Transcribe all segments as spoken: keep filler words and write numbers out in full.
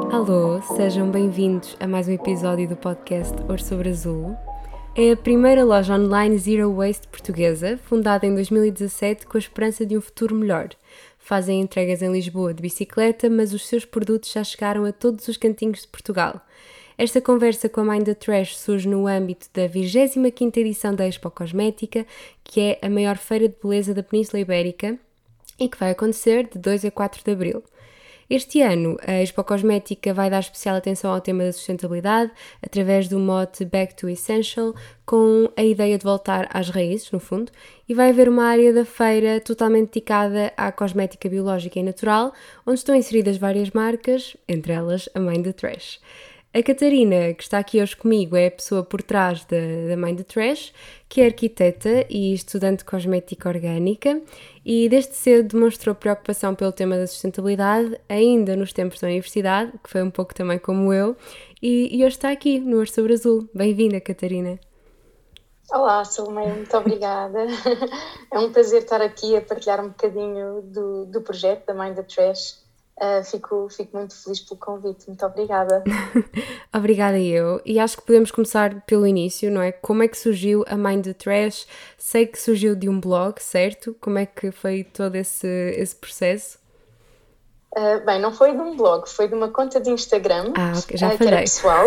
Alô, sejam bem-vindos a mais um episódio do podcast Ouro sobre Azul. É a primeira loja online Zero Waste portuguesa, fundada em dois mil e dezassete com a esperança de um futuro melhor. Fazem entregas em Lisboa de bicicleta, mas os seus produtos já chegaram a todos os cantinhos de Portugal. Esta conversa com a Mind the Trash surge no âmbito da vigésima quinta edição da Expo Cosmética, que é a maior feira de beleza da Península Ibérica e que vai acontecer de dois a quatro de abril. Este ano, a Expo Cosmética vai dar especial atenção ao tema da sustentabilidade através do mote Back to Essential, com a ideia de voltar às raízes, no fundo, e vai haver uma área da feira totalmente dedicada à cosmética biológica e natural, onde estão inseridas várias marcas, entre elas a Mind the Trash. A Catarina, que está aqui hoje comigo, é a pessoa por trás da, da Mind the Trash, que é arquiteta e estudante de cosmética orgânica e desde cedo demonstrou preocupação pelo tema da sustentabilidade, ainda nos tempos da universidade, que foi um pouco também como eu, e, e hoje está aqui no Ouro sobre Azul. Bem-vinda, Catarina. Olá, Salomé, muito obrigada. É um prazer estar aqui a partilhar um bocadinho do, do projeto da Mind the Trash. Uh, fico, fico muito feliz pelo convite, muito obrigada. Obrigada eu, e acho que podemos começar pelo início, não é? Como é que surgiu a Mind the Trash? Sei que surgiu de um blog, certo? Como é que foi todo esse, esse processo? Uh, bem, não foi de um blog, foi de uma conta de Instagram, ah, okay. Já uh, que era pessoal.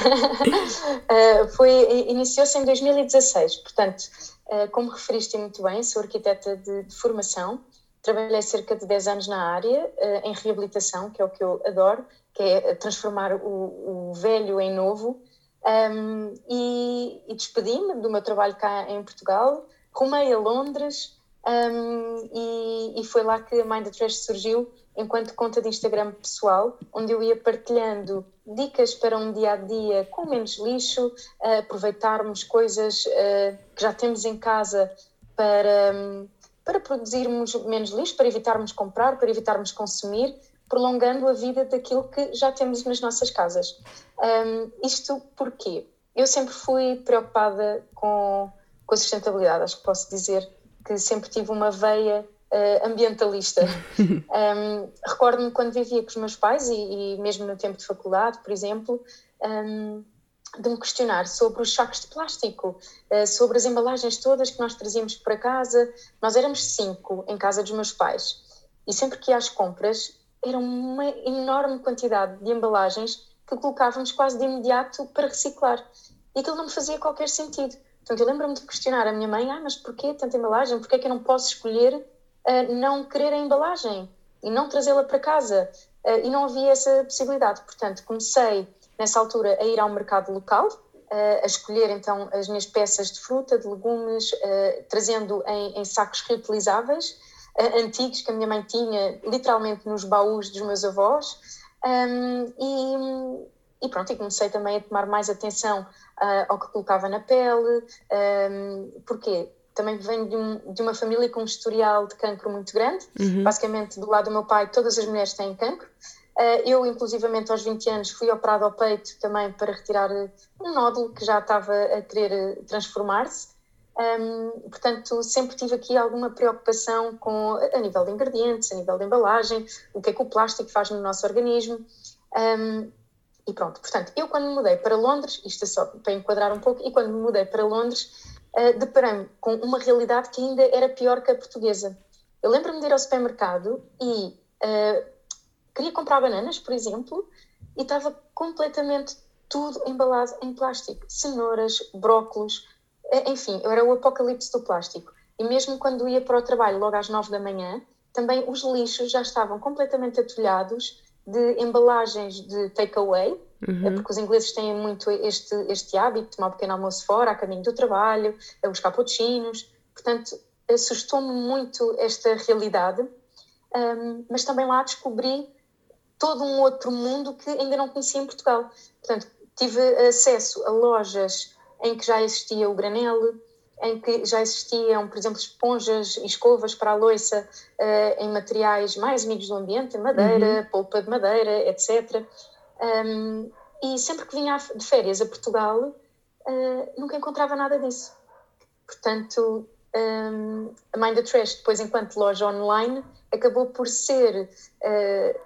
uh, foi, iniciou-se em dois mil e dezasseis, portanto, uh, como referiste muito bem, sou arquiteta de, de formação. Trabalhei cerca de dez anos na área, em reabilitação, que é o que eu adoro, que é transformar o, o velho em novo. Um, e, e despedi-me do meu trabalho cá em Portugal, rumei a Londres um, e, e foi lá que a Mind the Trash surgiu enquanto conta de Instagram pessoal, onde eu ia partilhando dicas para um dia-a-dia com menos lixo, uh, aproveitarmos coisas uh, que já temos em casa para... Um, para produzirmos menos lixo, para evitarmos comprar, para evitarmos consumir, prolongando a vida daquilo que já temos nas nossas casas. Um, isto porquê? Eu sempre fui preocupada com, com a sustentabilidade, acho que posso dizer que sempre tive uma veia uh, ambientalista. Um, recordo-me quando vivia com os meus pais e, e mesmo no tempo de faculdade, por exemplo, um, de me questionar sobre os sacos de plástico, sobre as embalagens todas que nós trazíamos para casa. Nós éramos cinco em casa dos meus pais e sempre que ia às compras era uma enorme quantidade de embalagens que colocávamos quase de imediato para reciclar e aquilo não me fazia qualquer sentido. Portanto, eu lembro-me de questionar a minha mãe, ah, mas porquê tanta embalagem? Porquê é que eu não posso escolher uh, não querer a embalagem e não trazê-la para casa? Uh, e não havia essa possibilidade. Portanto, comecei nessa altura a ir ao mercado local, uh, a escolher então as minhas peças de fruta, de legumes, uh, trazendo em, em sacos reutilizáveis, uh, antigos que a minha mãe tinha literalmente nos baús dos meus avós, um, e, e pronto, e comecei também a tomar mais atenção uh, ao que colocava na pele. Um, porquê? Também venho de, um, de uma família com um historial de cancro muito grande, uhum. Basicamente do lado do meu pai todas as mulheres têm cancro. Eu, inclusivamente, aos vinte anos, fui operada ao peito também para retirar um nódulo que já estava a querer transformar-se. Um, portanto, sempre tive aqui alguma preocupação com, a nível de ingredientes, a nível de embalagem, o que é que o plástico faz no nosso organismo. Um, e pronto, portanto, eu quando me mudei para Londres, isto é só para enquadrar um pouco, e quando me mudei para Londres, uh, deparei-me com uma realidade que ainda era pior que a portuguesa. Eu lembro-me de ir ao supermercado e... Uh, queria comprar bananas, por exemplo, e estava completamente tudo embalado em plástico. Cenouras, brócolos, enfim, eu era o apocalipse do plástico. E mesmo quando ia para o trabalho, logo às nove da manhã, também os lixos já estavam completamente atulhados de embalagens de takeaway, uhum. Porque os ingleses têm muito este, este hábito de tomar um pequeno almoço fora, a caminho do trabalho, a buscar cappuccinos. Portanto, assustou-me muito esta realidade, um, mas também lá descobri todo um outro mundo que ainda não conhecia em Portugal. Portanto, tive acesso a lojas em que já existia o granel, em que já existiam, por exemplo, esponjas e escovas para a louça uh, em materiais mais amigos do ambiente, madeira, uhum. polpa de madeira, etcétera. Um, e sempre que vinha de férias a Portugal, uh, nunca encontrava nada disso. Portanto, um, a Mind the Trash, depois enquanto loja online, acabou por ser... Uh,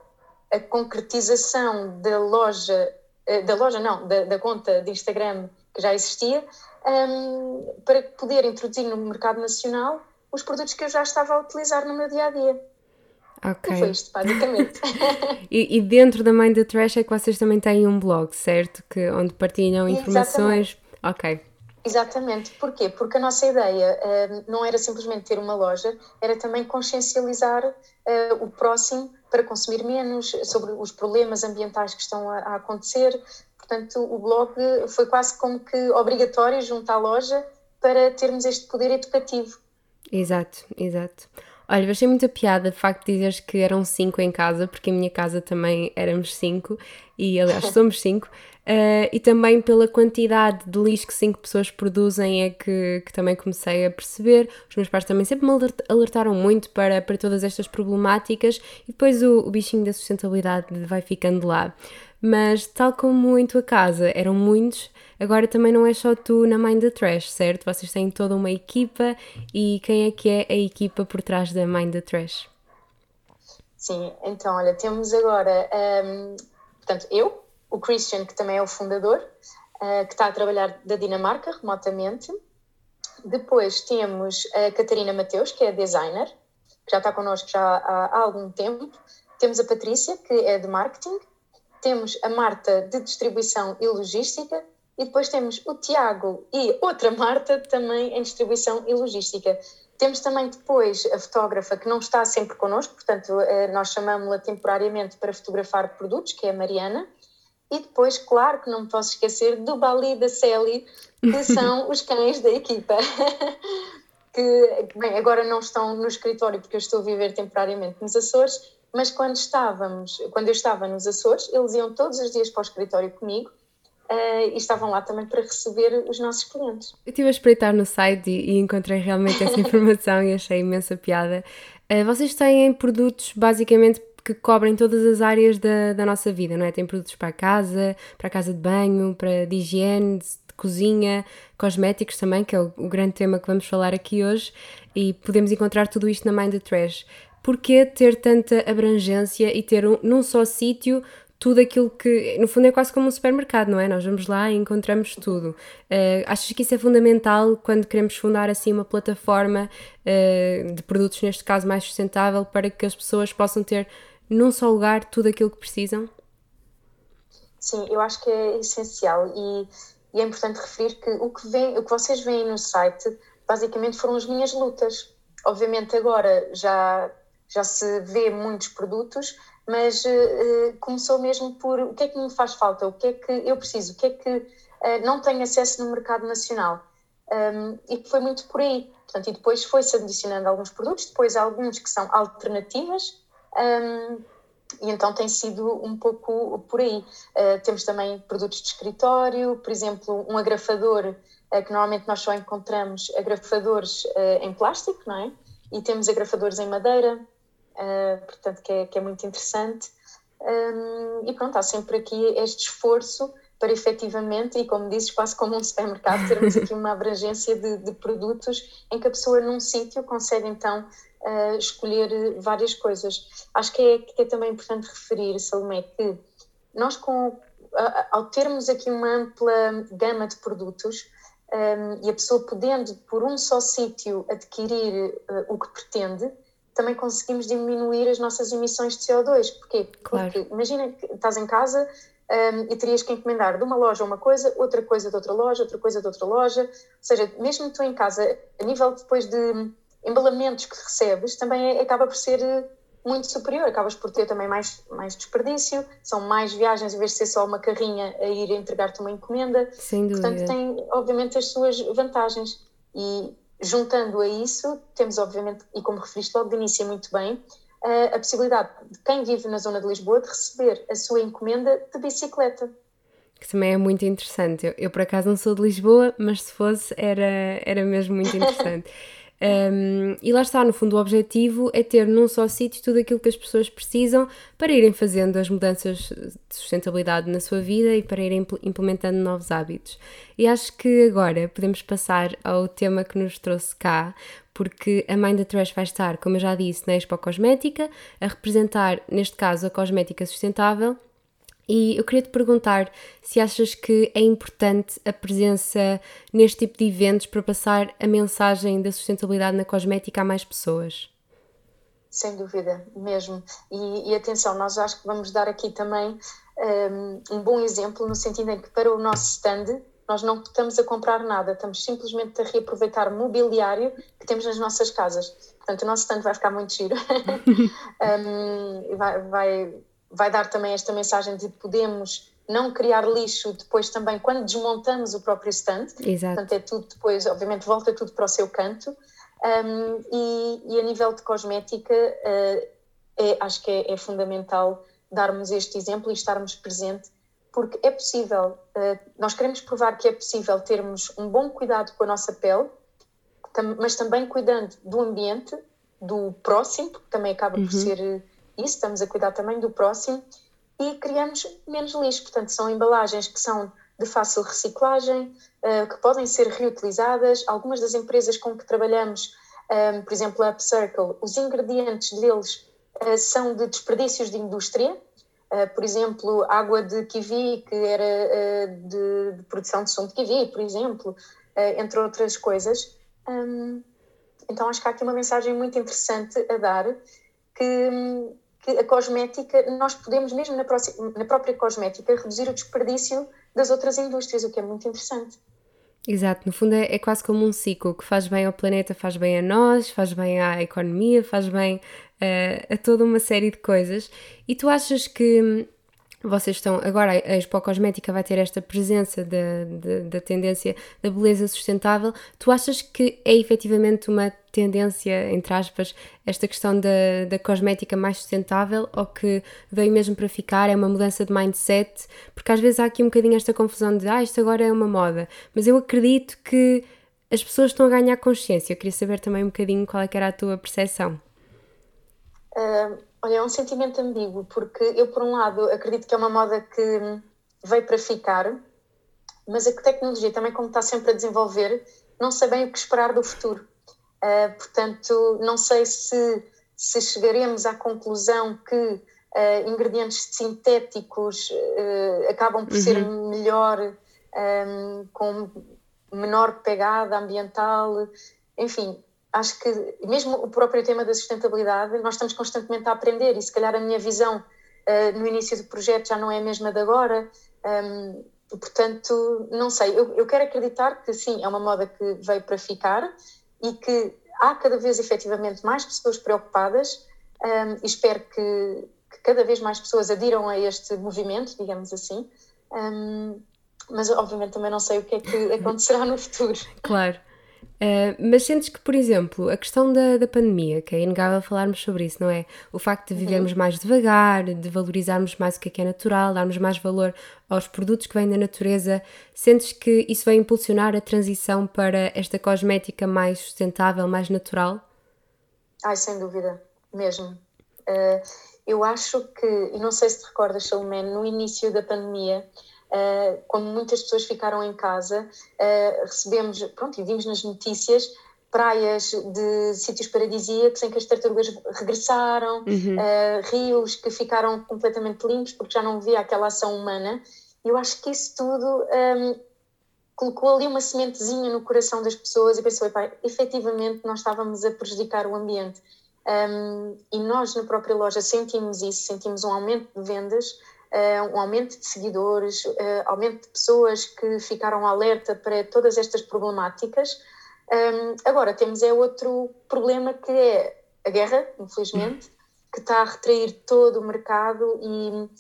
a concretização da loja, da loja não, da, da conta de Instagram que já existia, um, para poder introduzir no mercado nacional os produtos que eu já estava a utilizar no meu dia-a-dia. Ok. E foi isto, basicamente. e, e dentro da Mind the Trash é que vocês também têm um blog, certo? Que, onde partilham informações. Exatamente. Ok. Exatamente. Porquê? Porque a nossa ideia uh, não era simplesmente ter uma loja, era também consciencializar uh, o próximo para consumir menos, sobre os problemas ambientais que estão a, a acontecer. Portanto, o blog foi quase como que obrigatório junto à loja para termos este poder educativo. Exato, exato. Olha, achei muita piada de facto de dizeres que eram cinco em casa, porque em minha casa também éramos cinco, e aliás somos cinco, uh, e também pela quantidade de lixo que cinco pessoas produzem é que, que também comecei a perceber. Os meus pais também sempre me alertaram muito para, para todas estas problemáticas, e depois o, o bichinho da sustentabilidade vai ficando lá. Mas tal como em tua casa eram muitos, agora também não é só tu na Mind the Trash, certo? Vocês têm toda uma equipa, e quem é que é a equipa por trás da Mind the Trash? Sim, então olha, temos agora, um, portanto, eu, o Christian, que também é o fundador, uh, que está a trabalhar da Dinamarca remotamente. Depois temos a Catarina Mateus, que é designer, que já está connosco já há, há algum tempo. Temos a Patrícia, que é de marketing. Temos a Marta, de distribuição e logística, e depois temos o Tiago e outra Marta, também em distribuição e logística. Temos também depois a fotógrafa, que não está sempre connosco, portanto nós chamamos-la temporariamente para fotografar produtos, que é a Mariana. E depois, claro que não me posso esquecer do Bali e da Celi, que são os cães da equipa. Que, bem, agora não estão no escritório porque eu estou a viver temporariamente nos Açores, mas quando estávamos, quando eu estava nos Açores, eles iam todos os dias para o escritório comigo uh, e estavam lá também para receber os nossos clientes. Eu estive a espreitar no site e, e encontrei realmente essa informação e achei imensa piada. Uh, vocês têm produtos basicamente que cobrem todas as áreas da, da nossa vida, não é? Tem produtos para a casa, para a casa de banho, para de higiene, de, de cozinha, cosméticos também, que é o, o grande tema que vamos falar aqui hoje, e podemos encontrar tudo isto na Mind the Trash. Porquê ter tanta abrangência e ter um, num só sítio tudo aquilo que, no fundo, é quase como um supermercado, não é? Nós vamos lá e encontramos tudo. Uh, achas que isso é fundamental quando queremos fundar assim uma plataforma uh, de produtos, neste caso mais sustentável, para que as pessoas possam ter num só lugar tudo aquilo que precisam? Sim, eu acho que é essencial e, e é importante referir que o que, vem, o que vocês veem no site basicamente foram as minhas lutas. Obviamente agora já, já se vê muitos produtos, mas uh, começou mesmo por o que é que me faz falta, o que é que eu preciso, o que é que uh, não tenho acesso no mercado nacional. Um, e foi muito por aí. Portanto, e depois foi-se adicionando alguns produtos, depois alguns que são alternativas, um, e então tem sido um pouco por aí. Uh, temos também produtos de escritório, por exemplo, um agrafador, uh, que normalmente nós só encontramos agrafadores uh, em plástico, não é? E temos agrafadores em madeira, uh, portanto, que é, que é muito interessante. Um, e pronto, há sempre aqui este esforço para efetivamente, e como dizes, quase como um supermercado, termos aqui uma abrangência de, de produtos em que a pessoa num sítio consegue então uh, escolher várias coisas. Acho que é, que é também importante referir, Salomé, que nós com, uh, ao termos aqui uma ampla gama de produtos um, e a pessoa podendo por um só sítio adquirir uh, o que pretende, também conseguimos diminuir as nossas emissões de C O dois. Porquê? Claro. Porque imagina que estás em casa Um, e terias que encomendar de uma loja uma coisa, outra coisa de outra loja, outra coisa de outra loja. Ou seja, mesmo tu em casa, a nível depois de embalamentos que recebes, também é, acaba por ser muito superior. Acabas por ter também mais, mais desperdício, são mais viagens, em vez de ser só uma carrinha a ir entregar-te uma encomenda. Sem dúvida. Portanto, tem obviamente as suas vantagens. E juntando a isso, temos obviamente, e como referiste logo de início muito bem, a possibilidade de quem vive na zona de Lisboa de receber a sua encomenda de bicicleta. Que também é muito interessante. Eu, eu por acaso não sou de Lisboa, mas se fosse era, era mesmo muito interessante. Um, e lá está, no fundo, o objetivo é ter num só sítio tudo aquilo que as pessoas precisam para irem fazendo as mudanças de sustentabilidade na sua vida e para irem implementando novos hábitos. E acho que agora podemos passar ao tema que nos trouxe cá, porque a Mãe da Trash vai estar, como eu já disse, na Expo Cosmética, a representar, neste caso, a cosmética sustentável. E eu queria te perguntar se achas que é importante a presença neste tipo de eventos para passar a mensagem da sustentabilidade na cosmética a mais pessoas. Sem dúvida, mesmo. E, e atenção, nós acho que vamos dar aqui também um, um bom exemplo, no sentido em que para o nosso stand nós não estamos a comprar nada, estamos simplesmente a reaproveitar mobiliário que temos nas nossas casas. Portanto, o nosso stand vai ficar muito giro. um, vai... vai vai dar também esta mensagem de podemos não criar lixo depois também quando desmontamos o próprio stand. Exato. Portanto, é tudo depois, obviamente, volta tudo para o seu canto. Um, e, e a nível de cosmética, uh, é, acho que é, é fundamental darmos este exemplo e estarmos presentes, porque é possível, uh, nós queremos provar que é possível termos um bom cuidado com a nossa pele, tam, mas também cuidando do ambiente, do próximo, porque também acaba uhum. por ser... isso, estamos a cuidar também do próximo e criamos menos lixo. Portanto, são embalagens que são de fácil reciclagem, uh, que podem ser reutilizadas. Algumas das empresas com que trabalhamos, um, por exemplo, a Upcircle, os ingredientes deles uh, são de desperdícios de indústria. Uh, por exemplo, água de kiwi, que era uh, de, de produção de sumo de kiwi, por exemplo, uh, entre outras coisas. Um, então, acho que há aqui uma mensagem muito interessante a dar, que... que a cosmética, nós podemos mesmo na, próxima, na própria cosmética reduzir o desperdício das outras indústrias, o que é muito interessante. Exato, no fundo é, é quase como um ciclo que faz bem ao planeta, faz bem a nós, faz bem à economia, faz bem uh, a toda uma série de coisas. E tu achas que vocês estão, agora a Expo Cosmética vai ter esta presença da, da, da tendência da beleza sustentável, tu achas que é efetivamente uma tendência, entre aspas, esta questão da, da cosmética mais sustentável, ou que veio mesmo para ficar, é uma mudança de mindset? Porque às vezes há aqui um bocadinho esta confusão de, ah, isto agora é uma moda, mas eu acredito que as pessoas estão a ganhar consciência. Eu queria saber também um bocadinho qual é que era a tua percepção. Uh... Olha, é um sentimento ambíguo, porque eu, por um lado, acredito que é uma moda que veio para ficar, mas a tecnologia também, como está sempre a desenvolver, não sei bem o que esperar do futuro. Uh, portanto, não sei se, se chegaremos à conclusão que uh, ingredientes sintéticos uh, acabam por uhum. ser melhor, um, com menor pegada ambiental, enfim... Acho que mesmo o próprio tema da sustentabilidade, nós estamos constantemente a aprender e se calhar a minha visão uh, no início do projeto já não é a mesma de agora. Um, portanto, não sei, eu, eu quero acreditar que sim, é uma moda que veio para ficar e que há cada vez efetivamente mais pessoas preocupadas um, e espero que, que cada vez mais pessoas adiram a este movimento, digamos assim. Um, mas obviamente também não sei o que é que acontecerá no futuro. Claro. Uh, mas sentes que, por exemplo, a questão da, da pandemia, que é inegável falarmos sobre isso, não é? O facto de vivermos uhum. mais devagar, de valorizarmos mais o que é que é natural, darmos mais valor aos produtos que vêm da natureza, sentes que isso vai impulsionar a transição para esta cosmética mais sustentável, mais natural? Ai, sem dúvida, mesmo. Uh, eu acho que, e não sei se te recordas, Salomé, no início da pandemia, Uh, quando muitas pessoas ficaram em casa, uh, recebemos, pronto, e vimos nas notícias praias de sítios paradisíacos em que as tartarugas regressaram, uhum. uh, rios que ficaram completamente limpos porque já não havia aquela ação humana. E eu acho que isso tudo um, colocou ali uma sementezinha no coração das pessoas e pensou, epá, efetivamente nós estávamos a prejudicar o ambiente. Um, e nós na própria loja sentimos isso, sentimos um aumento de vendas, Uh, um aumento de seguidores, uh, aumento de pessoas que ficaram alerta para todas estas problemáticas. Um, agora, temos é outro problema que é a guerra, infelizmente, que está a retrair todo o mercado e,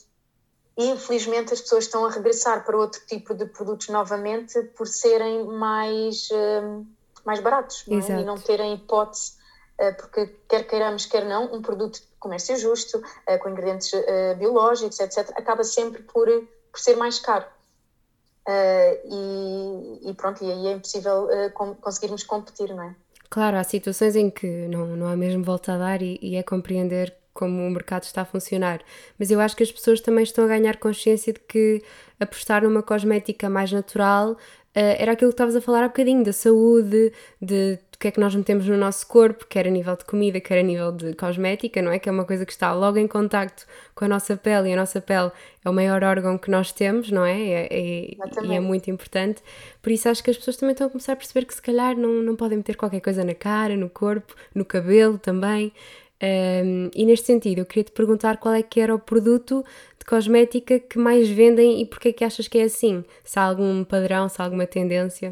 e, infelizmente, as pessoas estão a regressar para outro tipo de produtos novamente por serem mais, uh, mais baratos, não é? E não terem hipótese, uh, porque quer queiramos, quer não, um produto de comércio justo, com ingredientes biológicos, etcétera, acaba sempre por, por ser mais caro. E, e pronto, e aí é impossível conseguirmos competir, não é? Claro, há situações em que não, não há mesmo volta a dar e, e é compreender como o mercado está a funcionar. Mas eu acho que as pessoas também estão a ganhar consciência de que apostar numa cosmética mais natural eh, era aquilo que estavas a falar há bocadinho, da saúde, de do que é que nós metemos no nosso corpo, quer a nível de comida, quer a nível de cosmética, não é? Que é uma coisa que está logo em contacto com a nossa pele, e a nossa pele é o maior órgão que nós temos, não é? É- é- e é muito importante. Por isso acho que as pessoas também estão a começar a perceber que se calhar não, não podem meter qualquer coisa na cara, no corpo, no cabelo também. Um, e neste sentido, eu queria te perguntar qual é que era o produto de cosmética que mais vendem e porque é que achas que é assim? Se há algum padrão, se há alguma tendência?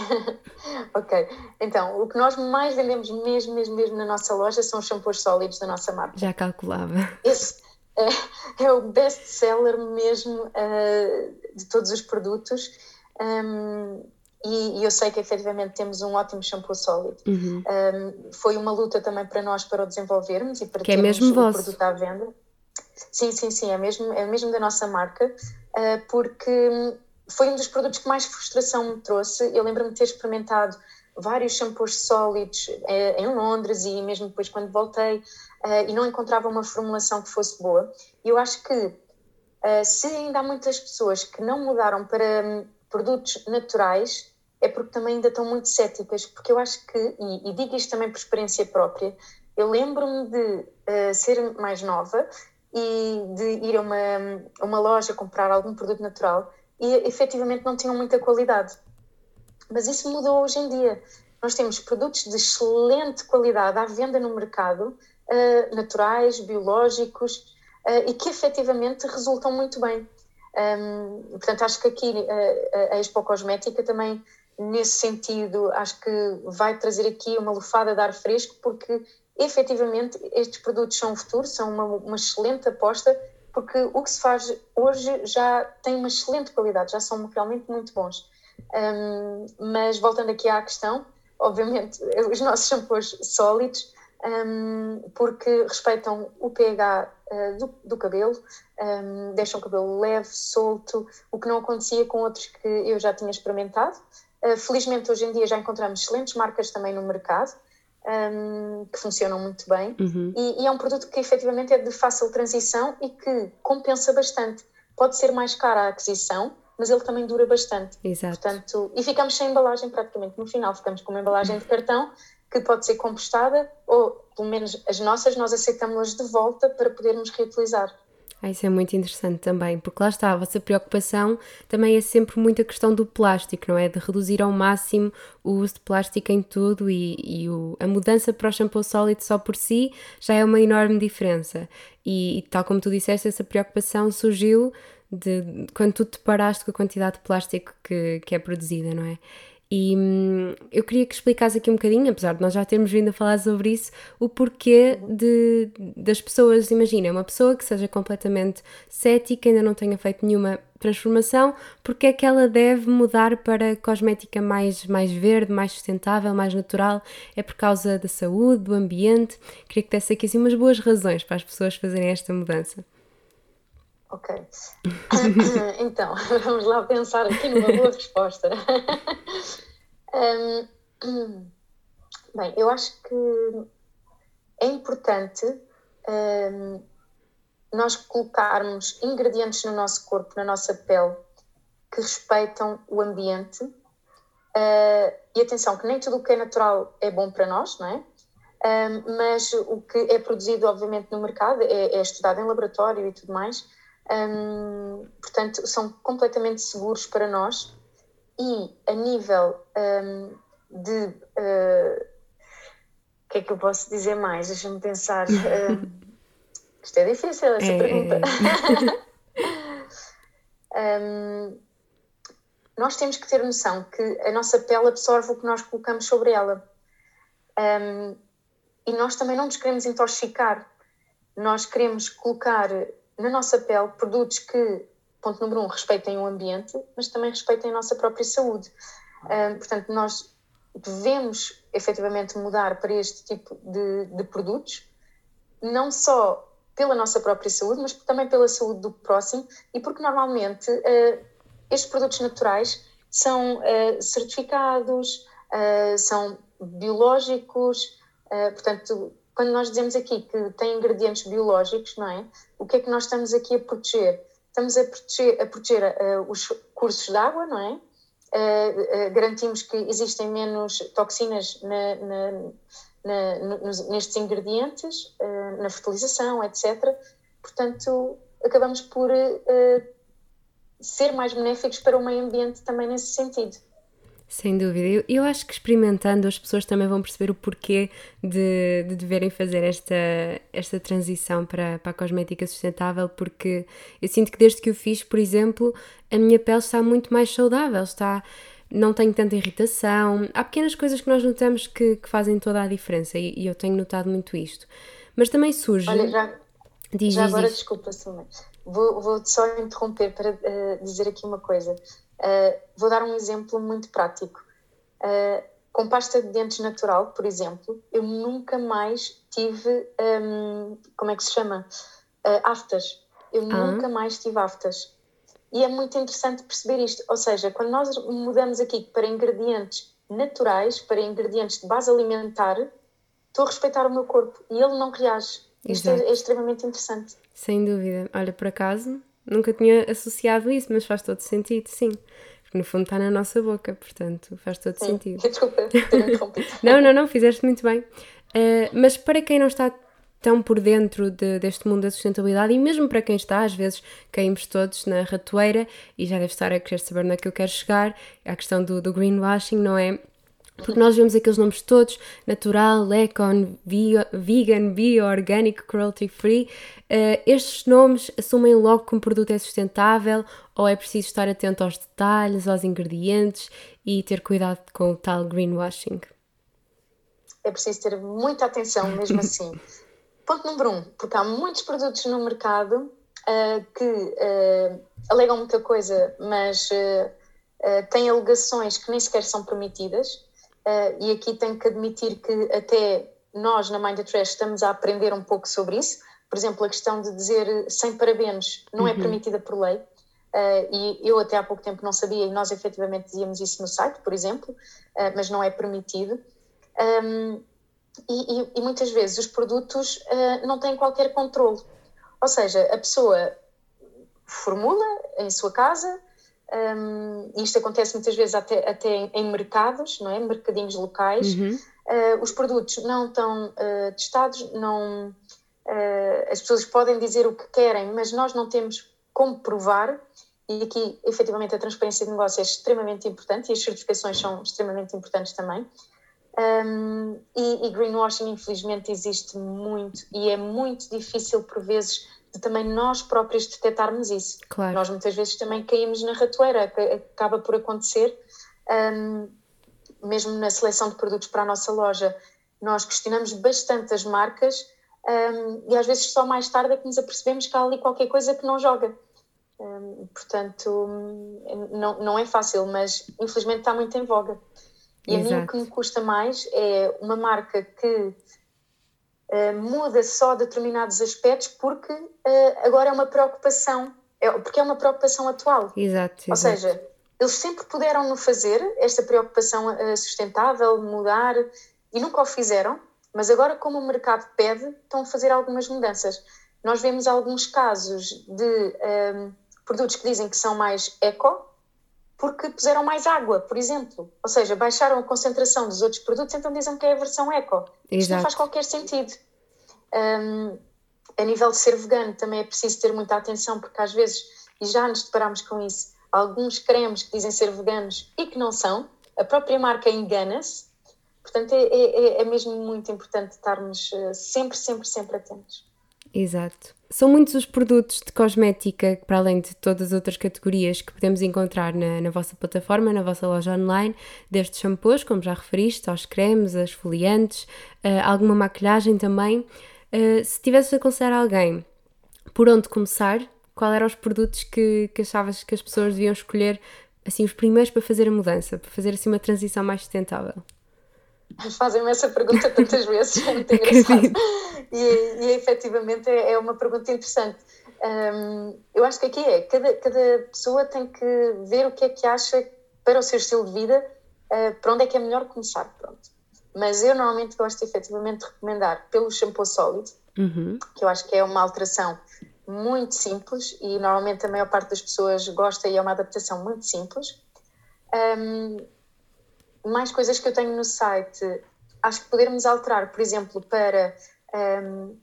Ok, então, o que nós mais vendemos mesmo, mesmo, mesmo na nossa loja são os shampoos sólidos da nossa marca. Já calculava. Esse é, é o best-seller mesmo uh, de todos os produtos. Um, e, e eu sei que efetivamente temos um ótimo shampoo sólido. Uhum. Um, foi uma luta também para nós para o desenvolvermos e para Que é termos mesmo o vosso. produto à venda. Sim, sim, sim, é mesmo, é mesmo da nossa marca, uh, porque foi um dos produtos que mais frustração me trouxe. Eu lembro-me de ter experimentado vários shampoos sólidos uh, em Londres e mesmo depois quando voltei uh, e não encontrava uma formulação que fosse boa. E eu acho que uh, se ainda há muitas pessoas que não mudaram para um, produtos naturais, é porque também ainda estão muito céticas, porque eu acho que, e, e digo isto também por experiência própria, eu lembro-me de uh, ser mais nova e de ir a uma, a uma loja comprar algum produto natural e efetivamente não tinham muita qualidade. Mas isso mudou hoje em dia. Nós temos produtos de excelente qualidade à venda no mercado, uh, naturais, biológicos, uh, e que efetivamente resultam muito bem. Um, portanto, acho que aqui uh, a Expo Cosmética também, nesse sentido, acho que vai trazer aqui uma lufada de ar fresco, porque efetivamente estes produtos são o futuro, são uma, uma excelente aposta, porque o que se faz hoje já tem uma excelente qualidade, já são realmente muito bons. Um, mas voltando aqui à questão, obviamente os nossos shampoos sólidos, um, porque respeitam o pH uh, do, do cabelo, um, deixam o cabelo leve, solto, o que não acontecia com outros que eu já tinha experimentado. Uh, felizmente hoje em dia já encontramos excelentes marcas também no mercado, um, que funcionam muito bem. Uhum. e, e é um produto que efetivamente é de fácil transição e que compensa bastante. Pode ser mais cara a aquisição, mas ele também dura bastante. Exato. Portanto, e ficamos sem embalagem praticamente no final, ficamos com uma embalagem de cartão que pode ser compostada, ou pelo menos as nossas nós aceitamos-las de volta para podermos reutilizar. Ah, isso é muito interessante também, porque lá está, a vossa preocupação também é sempre muito a questão do plástico, não é? De reduzir ao máximo o uso de plástico em tudo e, e o, a mudança para o shampoo sólido só por si já é uma enorme diferença. E, e tal como tu disseste, essa preocupação surgiu de, de quando tu te deparaste com a quantidade de plástico que, que é produzida, não é? E hum, eu queria que explicasse aqui um bocadinho, apesar de nós já termos vindo a falar sobre isso, o porquê de, das pessoas, imagina, uma pessoa que seja completamente cética, ainda não tenha feito nenhuma transformação, porque é que ela deve mudar para cosmética mais, mais verde, mais sustentável, mais natural? É por causa da saúde, do ambiente? Queria que desse aqui assim, umas boas razões para as pessoas fazerem esta mudança. Ok, então vamos lá pensar aqui numa boa resposta. um, bem, eu acho que é importante um, nós colocarmos ingredientes no nosso corpo, na nossa pele, que respeitam o ambiente. Uh, e atenção, que nem tudo o que é natural é bom para nós, não é? Um, mas o que é produzido, obviamente, no mercado é, é estudado em laboratório e tudo mais. Um, portanto, são completamente seguros para nós. E a nível um, de... Uh, o que é que eu posso dizer mais? Deixa-me pensar. Um, isto é difícil, essa é, pergunta. É. um, nós temos que ter noção que a nossa pele absorve o que nós colocamos sobre ela. Um, e nós também não nos queremos intoxicar. Nós queremos colocar na nossa pele produtos que, ponto número um, respeitem o ambiente, mas também respeitem a nossa própria saúde. Um, portanto, nós devemos efetivamente mudar para este tipo de, de produtos, não só pela nossa própria saúde, mas também pela saúde do próximo, e porque normalmente uh, estes produtos naturais são uh, certificados, uh, são biológicos, uh, portanto, quando nós dizemos aqui que tem ingredientes biológicos, não é? O que é que nós estamos aqui a proteger? Estamos a proteger, a proteger uh, os cursos de água, não é? Uh, uh, garantimos que existem menos toxinas na, na, na, nos, nestes ingredientes, uh, na fertilização, etcétera. Portanto, acabamos por uh, ser mais benéficos para o meio ambiente também nesse sentido. Sem dúvida. Eu, eu acho que experimentando as pessoas também vão perceber o porquê de, de deverem fazer esta, esta transição para, para a cosmética sustentável, porque eu sinto que desde que o fiz, por exemplo, a minha pele está muito mais saudável, está, não tenho tanta irritação. Há pequenas coisas que nós notamos que, que fazem toda a diferença e, e eu tenho notado muito isto. Mas também surge... Olha, já, diz, já diz, agora, diz. desculpa, Suma, vou, vou só interromper para uh, dizer aqui uma coisa. Uh, vou dar um exemplo muito prático. Uh, com pasta de dentes natural, por exemplo, eu nunca mais tive, um, como é que se chama? Uh, aftas. Eu Ah. nunca mais tive aftas. E é muito interessante perceber isto. Ou seja, quando nós mudamos aqui para ingredientes naturais, para ingredientes de base alimentar, estou a respeitar o meu corpo e ele não reage. Isto é, é extremamente interessante. Sem dúvida. Olha, por acaso, nunca tinha associado isso, mas faz todo sentido, sim. Porque no fundo está na nossa boca, portanto, faz todo Sim. sentido. Desculpa ter interrompido. Não, não, não, fizeste muito bem. Uh, mas para quem não está tão por dentro de, deste mundo da sustentabilidade, e mesmo para quem está, às vezes caímos todos na ratoeira, e já deve estar a querer saber onde é que eu quero chegar, é a questão do, do greenwashing, não é? Porque nós vemos aqueles nomes todos, natural, econ, bio, vegan, bio, orgânico, cruelty free. Uh, estes nomes assumem logo que um produto é sustentável ou é preciso estar atento aos detalhes, aos ingredientes e ter cuidado com o tal greenwashing? É preciso ter muita atenção mesmo assim. Ponto número um, porque há muitos produtos no mercado uh, que uh, alegam muita coisa, mas uh, uh, têm alegações que nem sequer são permitidas. Uh, e aqui tenho que admitir que até nós na Mind the Trash estamos a aprender um pouco sobre isso. Por exemplo, a questão de dizer sem parabenos não uhum. é permitida por lei. Uh, e eu até há pouco tempo não sabia e nós efetivamente dizíamos isso no site, por exemplo, uh, mas não é permitido. Um, e, e, e muitas vezes os produtos uh, não têm qualquer controle. Ou seja, a pessoa formula em sua casa. Um, isto acontece muitas vezes até, até em, em mercados, não é? Mercadinhos locais. Uhum. Uh, os produtos não estão uh, testados, não, uh, as pessoas podem dizer o que querem, mas nós não temos como provar, e aqui efetivamente a transparência de negócio é extremamente importante e as certificações são extremamente importantes também. Um, e, e greenwashing infelizmente existe muito e é muito difícil por vezes de também nós próprios detectarmos isso. Claro. Nós muitas vezes também caímos na ratoeira, que acaba por acontecer, um, mesmo na seleção de produtos para a nossa loja. Nós questionamos bastante as marcas um, e às vezes só mais tarde é que nos apercebemos que há ali qualquer coisa que não joga. Um, portanto, não, não é fácil, mas infelizmente está muito em voga. E Exato. A mim o que me custa mais é uma marca que Uh, muda só determinados aspectos porque uh, agora é uma preocupação, é, porque é uma preocupação atual. Exato, Ou exato. seja, eles sempre puderam no fazer esta preocupação uh, sustentável, mudar, e nunca o fizeram, mas agora como o mercado pede, estão a fazer algumas mudanças. Nós vemos alguns casos de um, produtos que dizem que são mais eco, porque puseram mais água, por exemplo. Ou seja, baixaram a concentração dos outros produtos, então dizem que é a versão eco. Isto Exato. Não faz qualquer sentido. Um, a nível de ser vegano também é preciso ter muita atenção, porque às vezes, e já nos deparamos com isso, alguns cremes que dizem ser veganos e que não são, a própria marca engana-se. Portanto, é, é, é mesmo muito importante estarmos sempre, sempre, sempre atentos. Exato. São muitos os produtos de cosmética, para além de todas as outras categorias que podemos encontrar na, na vossa plataforma, na vossa loja online, desde shampoos, como já referiste, aos cremes, as esfoliantes, uh, alguma maquilhagem também. Uh, se tivesse a aconselhar alguém por onde começar, qual eram os produtos que, que achavas que as pessoas deviam escolher, assim, os primeiros para fazer a mudança, para fazer assim uma transição mais sustentável? Fazem-me essa pergunta tantas vezes, é muito engraçado. E, e efetivamente é, é uma pergunta interessante. Um, eu acho que aqui é, cada, cada pessoa tem que ver o que é que acha para o seu estilo de vida, uh, para onde é que é melhor começar, pronto. mas eu normalmente gosto efetivamente de recomendar pelo shampoo sólido, Uhum. que eu acho que é uma alteração muito simples e normalmente a maior parte das pessoas gosta e é uma adaptação muito simples. Um, mais coisas que eu tenho no site, acho que podermos alterar, por exemplo, para um,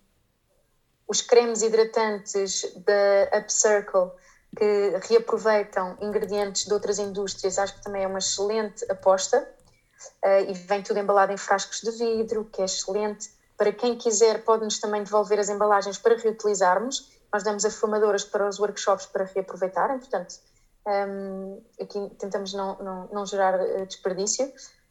os cremes hidratantes da Upcircle, que reaproveitam ingredientes de outras indústrias, acho que também é uma excelente aposta. Uh, e vem tudo embalado em frascos de vidro, que é excelente. Para quem quiser, pode-nos também devolver as embalagens para reutilizarmos. Nós damos afumadoras para os workshops para reaproveitarem, portanto, um, aqui tentamos não, não, não gerar uh, desperdício.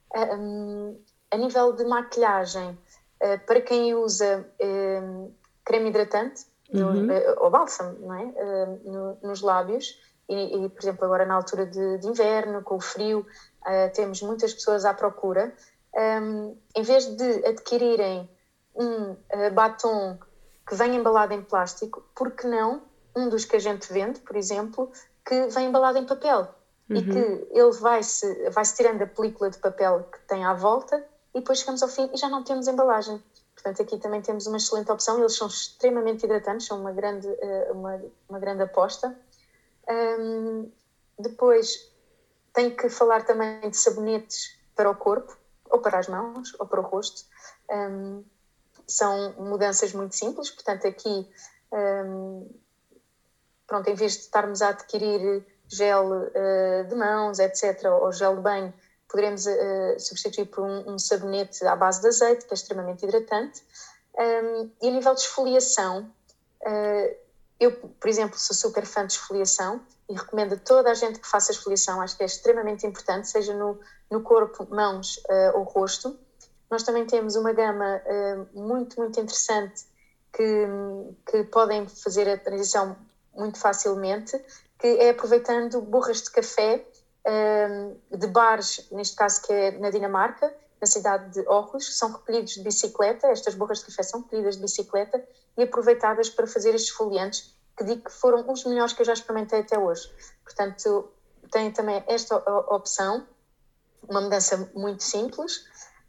Um, a nível de maquilhagem, uh, para quem usa um, creme hidratante, Uhum. no, uh, ou bálsamo, não é? Uh, no, nos lábios, e, e, por exemplo, agora na altura de, de inverno, com o frio, Uh, temos muitas pessoas à procura. Um, em vez de adquirirem um uh, batom que vem embalado em plástico, por que não um dos que a gente vende, por exemplo, que vem embalado em papel, uhum. E que ele vai-se vai-se tirando a película de papel que tem à volta e depois chegamos ao fim e já não temos embalagem. Portanto, aqui também temos uma excelente opção. Eles são extremamente hidratantes, são uma grande, uh, uma, uma grande aposta. Um, depois... Tenho que falar também de sabonetes para o corpo, ou para as mãos, ou para o rosto. Um, são mudanças muito simples, portanto aqui, um, pronto, em vez de estarmos a adquirir gel uh, de mãos, etcétera, ou gel de banho, poderemos uh, substituir por um, um sabonete à base de azeite, que é extremamente hidratante. Um, e a nível de esfoliação, uh, eu, por exemplo, sou super fã de esfoliação, e recomendo a toda a gente que faça esfoliação, acho que é extremamente importante, seja no, no corpo, mãos uh, ou rosto. Nós também temos uma gama uh, muito, muito interessante que, que podem fazer a transição muito facilmente, que é aproveitando borras de café uh, de bares, neste caso que é na Dinamarca, na cidade de Aarhus, são recolhidos de bicicleta, estas borras de café são recolhidas de bicicleta e aproveitadas para fazer estes esfoliantes, que digo que foram os melhores que eu já experimentei até hoje. Portanto, tem também esta opção, uma mudança muito simples.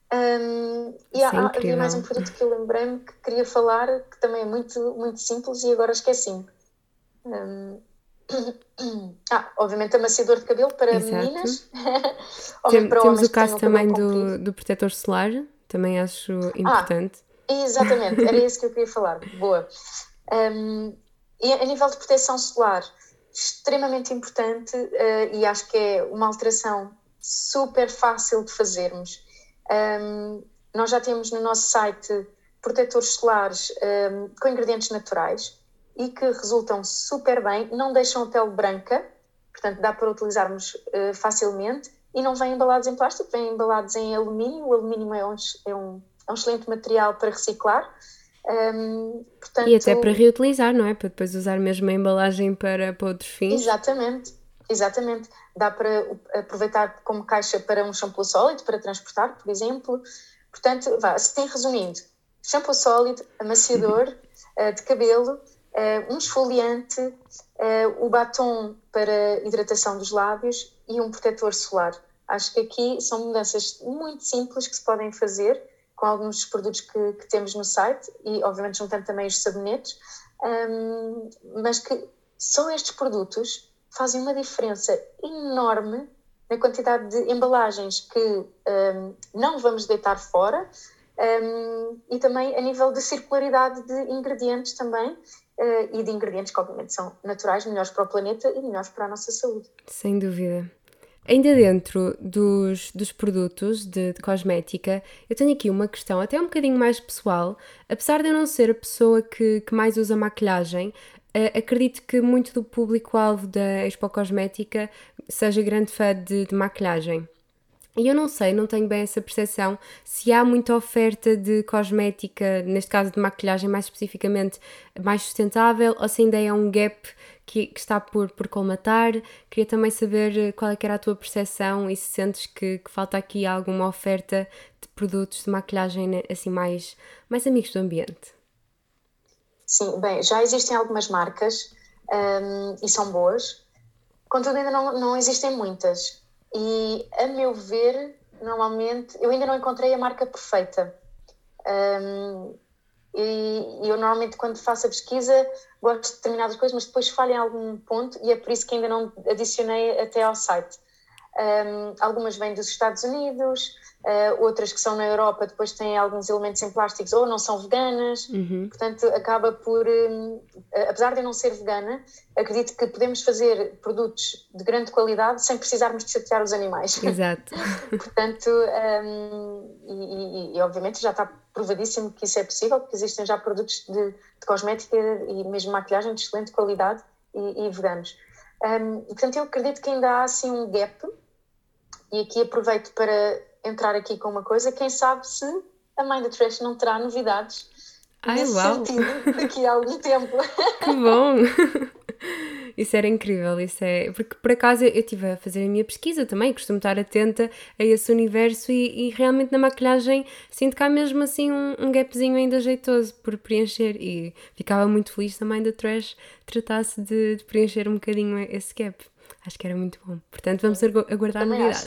Um, e há, há, havia mais um produto que eu lembrei-me que queria falar, que também é muito, muito simples e agora esqueci-me. Um, ah, obviamente amaciador de cabelo para Exato. Meninas. Tem, para temos homens o caso que também do, do protetor solar, também acho importante. Ah, exatamente, era isso que eu queria falar. Boa. Um, E a nível de proteção solar, extremamente importante uh, e acho que é uma alteração super fácil de fazermos. Um, nós já temos no nosso site protetores solares um, com ingredientes naturais e que resultam super bem, não deixam a pele branca, portanto dá para utilizarmos uh, facilmente e não vêm embalados em plástico, vêm embalados em alumínio. O alumínio é um, é um, é um excelente material para reciclar. Um, portanto, e até para reutilizar, não é? Para depois usar mesmo a embalagem para, para outros fins. Exatamente, exatamente. Dá para aproveitar como caixa para um shampoo sólido, para transportar, por exemplo. Portanto, vá, assim resumindo, shampoo sólido, amaciador uh, de cabelo, uh, um esfoliante, uh, o batom para hidratação dos lábios e um protetor solar. Acho que aqui são mudanças muito simples que se podem fazer com alguns dos produtos que, que temos no site e, obviamente, juntando também os sabonetes, um, mas que só estes produtos fazem uma diferença enorme na quantidade de embalagens que um, não vamos deitar fora um, e também a nível de circularidade de ingredientes também uh, e de ingredientes que, obviamente, são naturais, melhores para o planeta e melhores para a nossa saúde. Sem dúvida. Ainda dentro dos, dos produtos de, de cosmética, eu tenho aqui uma questão até um bocadinho mais pessoal. Apesar de eu não ser a pessoa que, que mais usa maquilhagem, uh, acredito que muito do público-alvo da Expo Cosmética seja grande fã de, de maquilhagem. E eu não sei, não tenho bem essa percepção se há muita oferta de cosmética, neste caso de maquilhagem mais especificamente, mais sustentável, ou se ainda é um gap que, que está por, por colmatar. Queria também saber qual é que era a tua percepção e se sentes que, que falta aqui alguma oferta de produtos de maquilhagem assim mais, mais amigos do ambiente. Sim, bem, já existem algumas marcas um, e são boas, contudo ainda não, não existem muitas. E, a meu ver, normalmente, eu ainda não encontrei a marca perfeita. Um, e, e eu normalmente quando faço a pesquisa gosto de determinadas coisas, mas depois falho em algum ponto e é por isso que ainda não adicionei até ao site. Um, algumas vêm dos Estados Unidos, uh, outras que são na Europa depois têm alguns elementos em plásticos ou não são veganas, uhum. Portanto acaba por, um, apesar de eu não ser vegana, acredito que podemos fazer produtos de grande qualidade sem precisarmos de chatear os animais. Exato. Portanto, um, e, e, e obviamente já está provadíssimo que isso é possível, porque existem já produtos de, de cosmética e mesmo maquilhagem de excelente qualidade e, e veganos. Um, portanto, eu acredito que ainda há assim um gap. E aqui aproveito para entrar aqui com uma coisa, quem sabe se a Mind the Trash não terá novidades Ai, nesse uau. sentido daqui a algum tempo. Que bom! Isso era incrível, isso é... Porque por acaso eu estive a fazer a minha pesquisa também, costumo estar atenta a esse universo e, e realmente na maquilhagem sinto que há mesmo assim um, um gapzinho ainda jeitoso por preencher e ficava muito feliz também da Trash tratasse de, de preencher um bocadinho esse gap. Acho que era muito bom. Portanto, vamos aguardar Também novidades.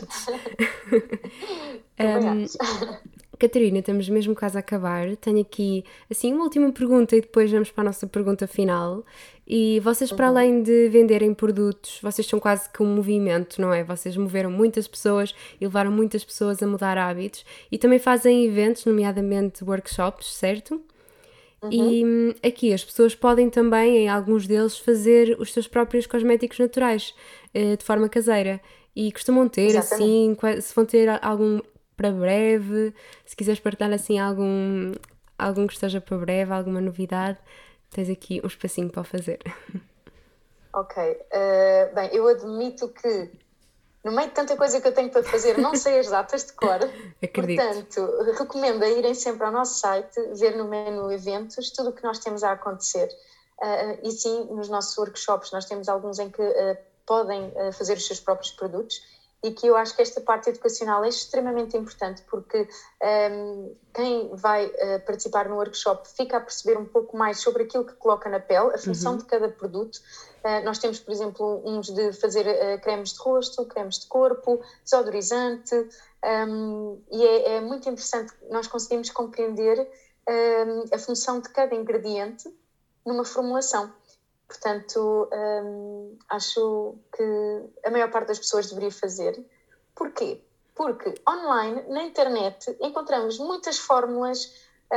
Também um, acho. Catarina, estamos mesmo quase a acabar. Tenho aqui, assim, uma última pergunta e depois vamos para a nossa pergunta final. E vocês, para Uhum. além de venderem produtos, vocês são quase que um movimento, não é? Vocês moveram muitas pessoas e levaram muitas pessoas a mudar hábitos. E também fazem eventos, nomeadamente workshops, certo? Uhum. E hum, aqui as pessoas podem também, em alguns deles, fazer os seus próprios cosméticos naturais, eh, de forma caseira. E costumam ter, Exatamente. assim, qua- se vão ter a- algum para breve, se quiseres partilhar, assim, algum, algum que esteja para breve, alguma novidade, tens aqui um espacinho para o fazer. Ok. Uh, bem, eu admito que no meio de tanta coisa que eu tenho para fazer, não sei as datas de cor. Acredito. Portanto, recomendo a irem sempre ao nosso site, ver no menu eventos, tudo o que nós temos a acontecer. Uh, e sim, nos nossos workshops, nós temos alguns em que uh, podem uh, fazer os seus próprios produtos e que eu acho que esta parte educacional é extremamente importante porque um, quem vai uh, participar no workshop fica a perceber um pouco mais sobre aquilo que coloca na pele, a função Uhum. de cada produto. Uh, nós temos, por exemplo, uns de fazer uh, cremes de rosto, cremes de corpo, desodorizante, um, e é, é muito interessante nós conseguimos compreender um, a função de cada ingrediente numa formulação. Portanto, um, acho que a maior parte das pessoas deveria fazer. Porquê? Porque online, na internet, encontramos muitas fórmulas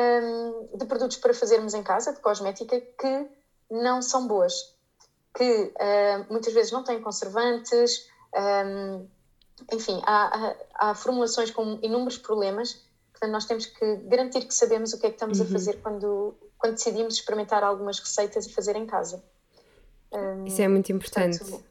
um, de produtos para fazermos em casa, de cosmética, que não são boas. Que uh, muitas vezes não têm conservantes, um, enfim, há, há, há formulações com inúmeros problemas. Portanto, nós temos que garantir que sabemos o que é que estamos Uhum. a fazer quando, quando decidimos experimentar algumas receitas e fazer em casa. Um, Isso é muito importante. Portanto,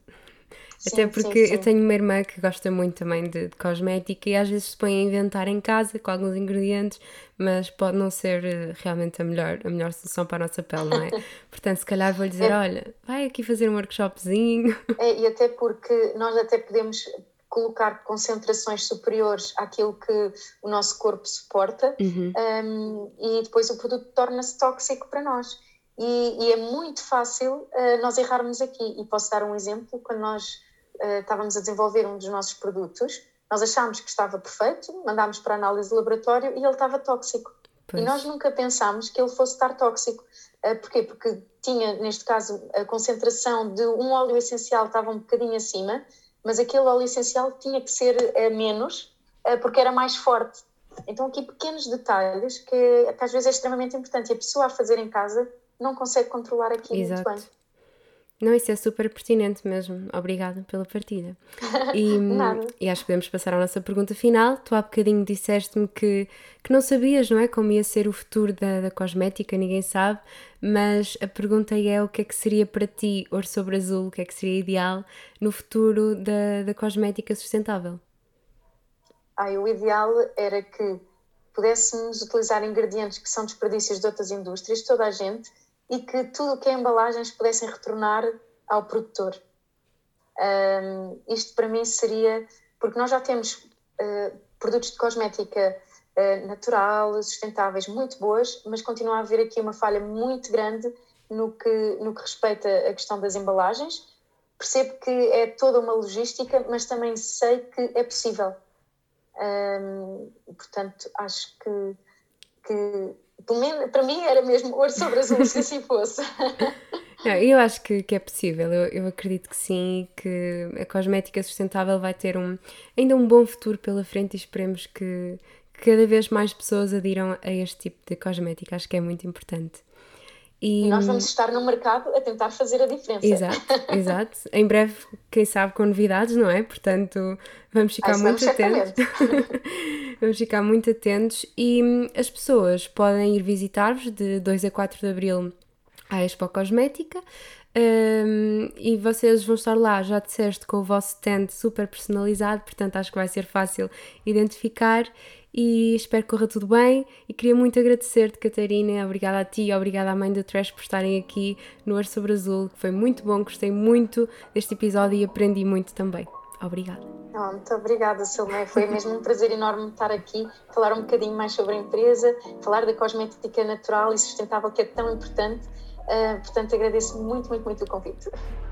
Até sim, porque sim, sim. eu tenho uma irmã que gosta muito também de, de cosmética e às vezes se põe a inventar em casa com alguns ingredientes, mas pode não ser uh, realmente a melhor, a melhor solução para a nossa pele, não é? Portanto, se calhar vou-lhe dizer, É, olha, vai aqui fazer um workshopzinho. é, e até porque nós até podemos colocar concentrações superiores àquilo que o nosso corpo suporta, Uhum. um, e depois o produto torna-se tóxico para nós. E, e é muito fácil uh, nós errarmos aqui. E posso dar um exemplo. Quando nós uh, estávamos a desenvolver um dos nossos produtos, nós achámos que estava perfeito, mandámos para a análise de laboratório e ele estava tóxico. Pois. E nós nunca pensámos que ele fosse estar tóxico. Uh, porquê? Porque tinha, neste caso, a concentração de um óleo essencial estava um bocadinho acima, mas aquele óleo essencial tinha que ser uh, menos, uh, porque era mais forte. Então aqui pequenos detalhes que, que às vezes é extremamente importante. E a pessoa a fazer em casa não consegue controlar aqui Exato. muito bem. Não, isso é super pertinente mesmo. Obrigada pela partilha. E, Nada. e acho que podemos passar à nossa pergunta final. Tu há bocadinho disseste-me que, que não sabias, não é? Como ia ser o futuro da, da cosmética, ninguém sabe. Mas a pergunta é o que é que seria para ti, ouro sobre azul, o que é que seria ideal no futuro da, da cosmética sustentável? Ah, o ideal era que pudéssemos utilizar ingredientes que são desperdícios de outras indústrias, toda a gente, e que tudo o que é embalagens pudessem retornar ao produtor. Um, isto para mim seria... Porque nós já temos uh, produtos de cosmética uh, natural, sustentáveis, muito boas, mas continua a haver aqui uma falha muito grande no que, no que respeita à questão das embalagens. Percebo que é toda uma logística, mas também sei que é possível. Um, portanto, acho que, que pelo menos, para mim era mesmo ouro sobre azul, se assim fosse. Não, eu acho que, que é possível, eu, eu acredito que sim, que a cosmética sustentável vai ter um, ainda um bom futuro pela frente e esperemos que, que cada vez mais pessoas adiram a este tipo de cosmética, acho que é muito importante. E, e nós vamos estar no mercado a tentar fazer a diferença. Exato, exato. Em breve, quem sabe, com novidades, não é? Portanto, vamos ficar Ai, muito vamos atentos. Vamos ficar muito atentos e hum, as pessoas podem ir visitar-vos de dois a quatro de Abril à Expo Cosmética. Um, e vocês vão estar lá, já disseste, com o vosso stand super personalizado, portanto acho que vai ser fácil identificar e espero que corra tudo bem e queria muito agradecer-te, Catarina, obrigada a ti e obrigada à mãe do Trash por estarem aqui no Ouro sobre Azul, que foi muito bom, gostei muito deste episódio e aprendi muito também. Obrigada. Oh, muito obrigada, Salomé. Foi mesmo um prazer enorme estar aqui, falar um bocadinho mais sobre a empresa, falar da cosmética natural e sustentável que é tão importante. Uh, portanto, agradeço muito, muito, muito o convite.